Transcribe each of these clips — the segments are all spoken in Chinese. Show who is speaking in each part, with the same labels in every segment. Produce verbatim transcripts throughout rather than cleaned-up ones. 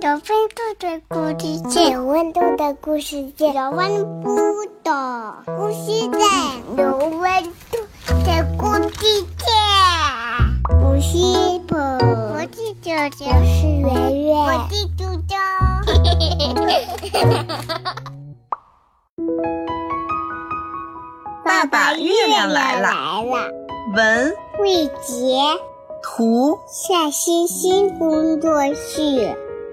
Speaker 1: 有温度的故事界，有温度的故事界，有温度的故事界，有温度的故事界。我是婆，我是舅舅，我是圆圆，我是猪猪。
Speaker 2: 爸爸月亮来了，
Speaker 1: 来了。
Speaker 2: 文
Speaker 1: 魏杰，
Speaker 2: 图
Speaker 1: 夏欣欣工作室。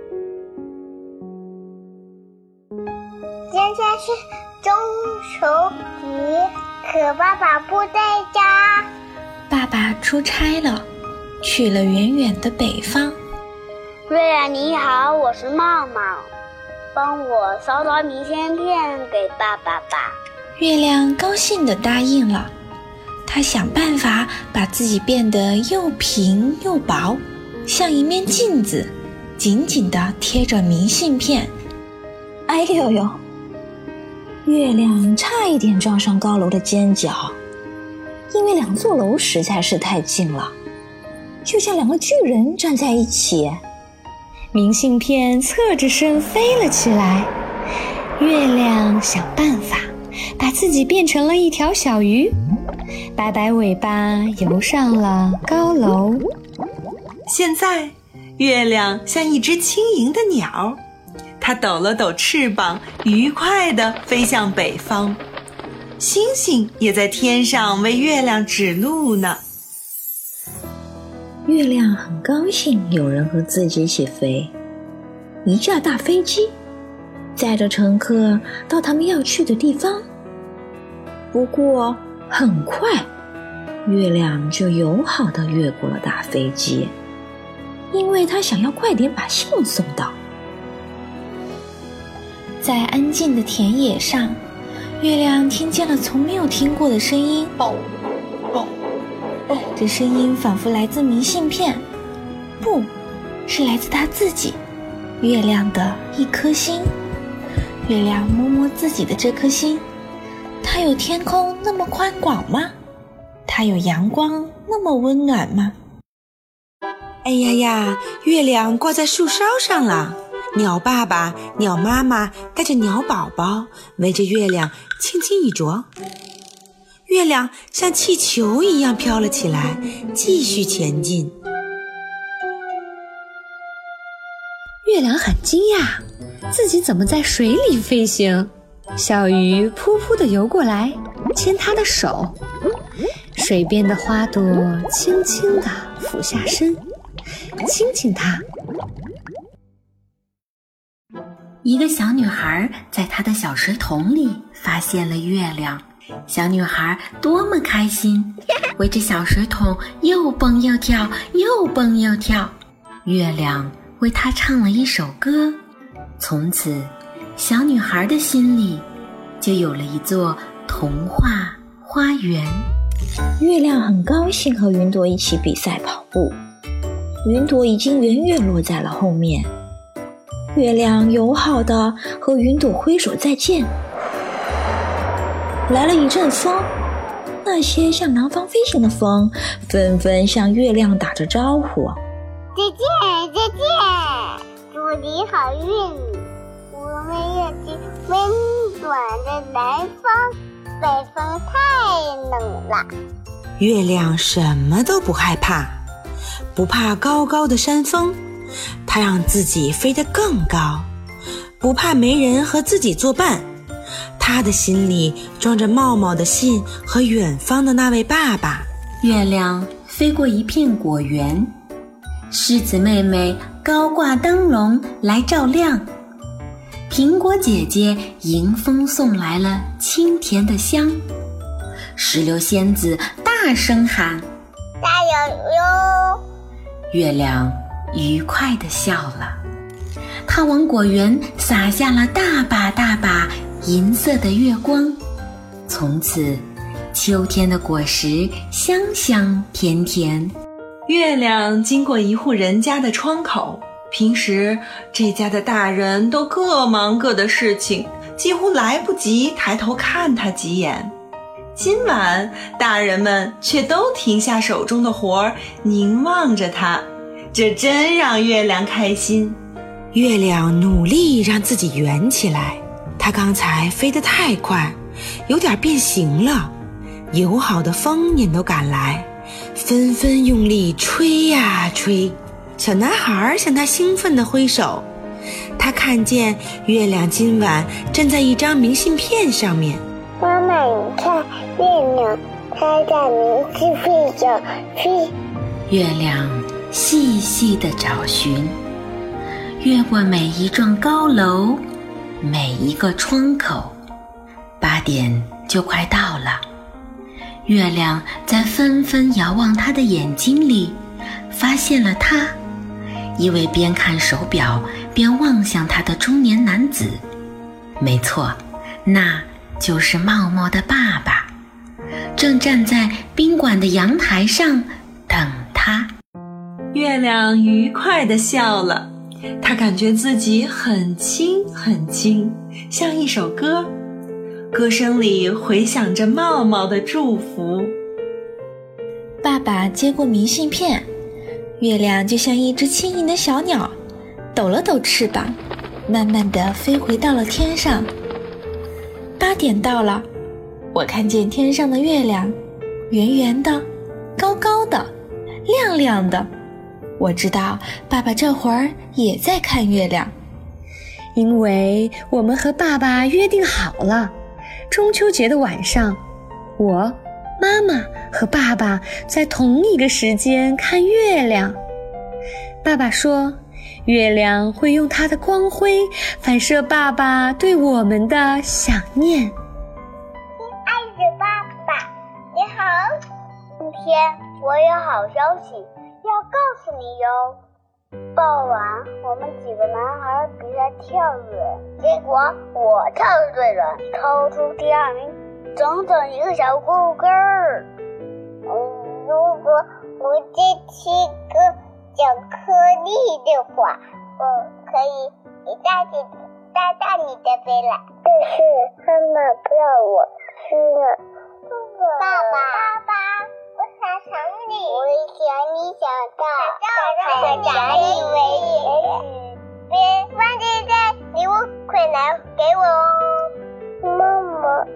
Speaker 1: 现在是中秋节，可爸爸不在家。
Speaker 3: 爸爸出差了，去了远远的北方。
Speaker 4: 月亮你好，我是茂茂，帮我烧烧明信片给爸爸吧。
Speaker 3: 月亮高兴地答应了，他想办法把自己变得又平又薄，像一面镜子，紧紧地贴着明信片。
Speaker 5: 哎呦呦！月亮差一点撞上高楼的尖角，因为两座楼实在是太近了，就像两个巨人站在一起。明信片侧着身飞了起来，月亮想办法把自己变成了一条小鱼，摆摆尾巴游上了高楼。
Speaker 2: 现在月亮像一只轻盈的鸟，它抖了抖翅膀，愉快地飞向北方。星星也在天上为月亮指路呢。
Speaker 5: 月亮很高兴有人和自己一起飞，一架大飞机载着乘客到他们要去的地方。不过很快，月亮就友好地越过了大飞机，因为他想要快点把信送到。
Speaker 3: 在安静的田野上，月亮听见了从没有听过的声音。
Speaker 2: 嘣嘣
Speaker 3: 嘣！这声音仿佛来自明信片，不，是来自他自己，月亮的一颗心。月亮摸摸自己的这颗心，它有天空那么宽广吗？它有阳光那么温暖吗？
Speaker 2: 哎呀呀，月亮挂在树梢上了，鸟爸爸、鸟妈妈带着鸟宝宝围着月亮轻轻一啄，月亮像气球一样飘了起来，继续前进。
Speaker 5: 月亮很惊讶，自己怎么在水里飞行？小鱼扑扑地游过来，牵它的手，水边的花朵轻轻地俯下身，亲亲它。
Speaker 6: 一个小女孩在她的小水桶里发现了月亮，小女孩多么开心，围着小水桶又蹦又跳，又蹦又跳。月亮为她唱了一首歌，从此小女孩的心里就有了一座童话花园。
Speaker 5: 月亮很高兴和云朵一起比赛跑步，云朵已经远远落在了后面。月亮友好地和云朵挥手再见。来了一阵风，那些向南方飞行的风纷纷向月亮打着招呼。
Speaker 1: 再见再见，祝你好运。我们要去温暖的南方，北方太冷了。
Speaker 2: 月亮什么都不害怕，不怕高高的山峰，它让自己飞得更高，不怕没人和自己作伴。他的心里装着茂茂的信和远方的那位爸爸。
Speaker 6: 月亮飞过一片果园，狮子妹妹高挂灯笼来照亮，苹果姐姐迎风送来了清甜的香，石榴仙子大声喊
Speaker 1: 加油哟！
Speaker 6: 月亮愉快地笑了，它往果园洒下了大把大把银色的月光，从此秋天的果实香香甜甜。
Speaker 2: 月亮经过一户人家的窗口，平时这家的大人都各忙各的事情，几乎来不及抬头看他几眼。今晚大人们却都停下手中的活儿，凝望着他，这真让月亮开心。 月亮努力让自己圆起来，它刚才飞得太快，有点变形了。友好的风也都赶来，纷纷用力吹呀吹。小男孩向他兴奋地挥手，他看见月亮今晚站在一张明信片上面。
Speaker 1: 妈妈，你看，月亮它在明信片上飞。
Speaker 6: 月亮细细地找寻，越过每一幢高楼，每一个窗口。八点就快到了，月亮在纷纷遥望他的眼睛里，发现了他，一位边看手表边望向他的中年男子。没错，那就是茂茂的爸爸，正站在宾馆的阳台上等他。
Speaker 2: 月亮愉快地笑了，他感觉自己很轻很轻，像一首歌，歌声里回响着茂茂的祝福。
Speaker 3: 爸爸接过明信片，月亮就像一只轻盈的小鸟，抖了抖翅膀，慢慢地飞回到了天上。八点到了，我看见天上的月亮，圆圆的，高高的，亮亮的。我知道爸爸这会儿也在看月亮，
Speaker 7: 因为我们和爸爸约定好了，中秋节的晚上，我、妈妈和爸爸在同一个时间看月亮。爸爸说，月亮会用它的光辉反射爸爸对我们的想念。
Speaker 1: 亲爱的爸爸，你好，今天我有好消息要告诉你哟。傍晚我们几个男孩比赛跳远，结果我跳对了，抽出第二名，整整一个小裤根儿。嗯，如果我这七个小颗粒的话，我可以一大起大大你的飞来。但是妈妈不让我吃呢。爸爸，爸爸，我想想你，我想你想到，想到想以为也许别忘记带礼物回来给我哦，妈妈。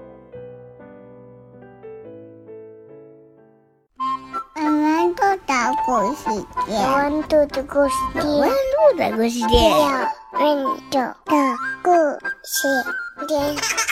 Speaker 1: 豌豆的故事店，豌豆的故事店，豌豆的故事店，豌豆的故事店。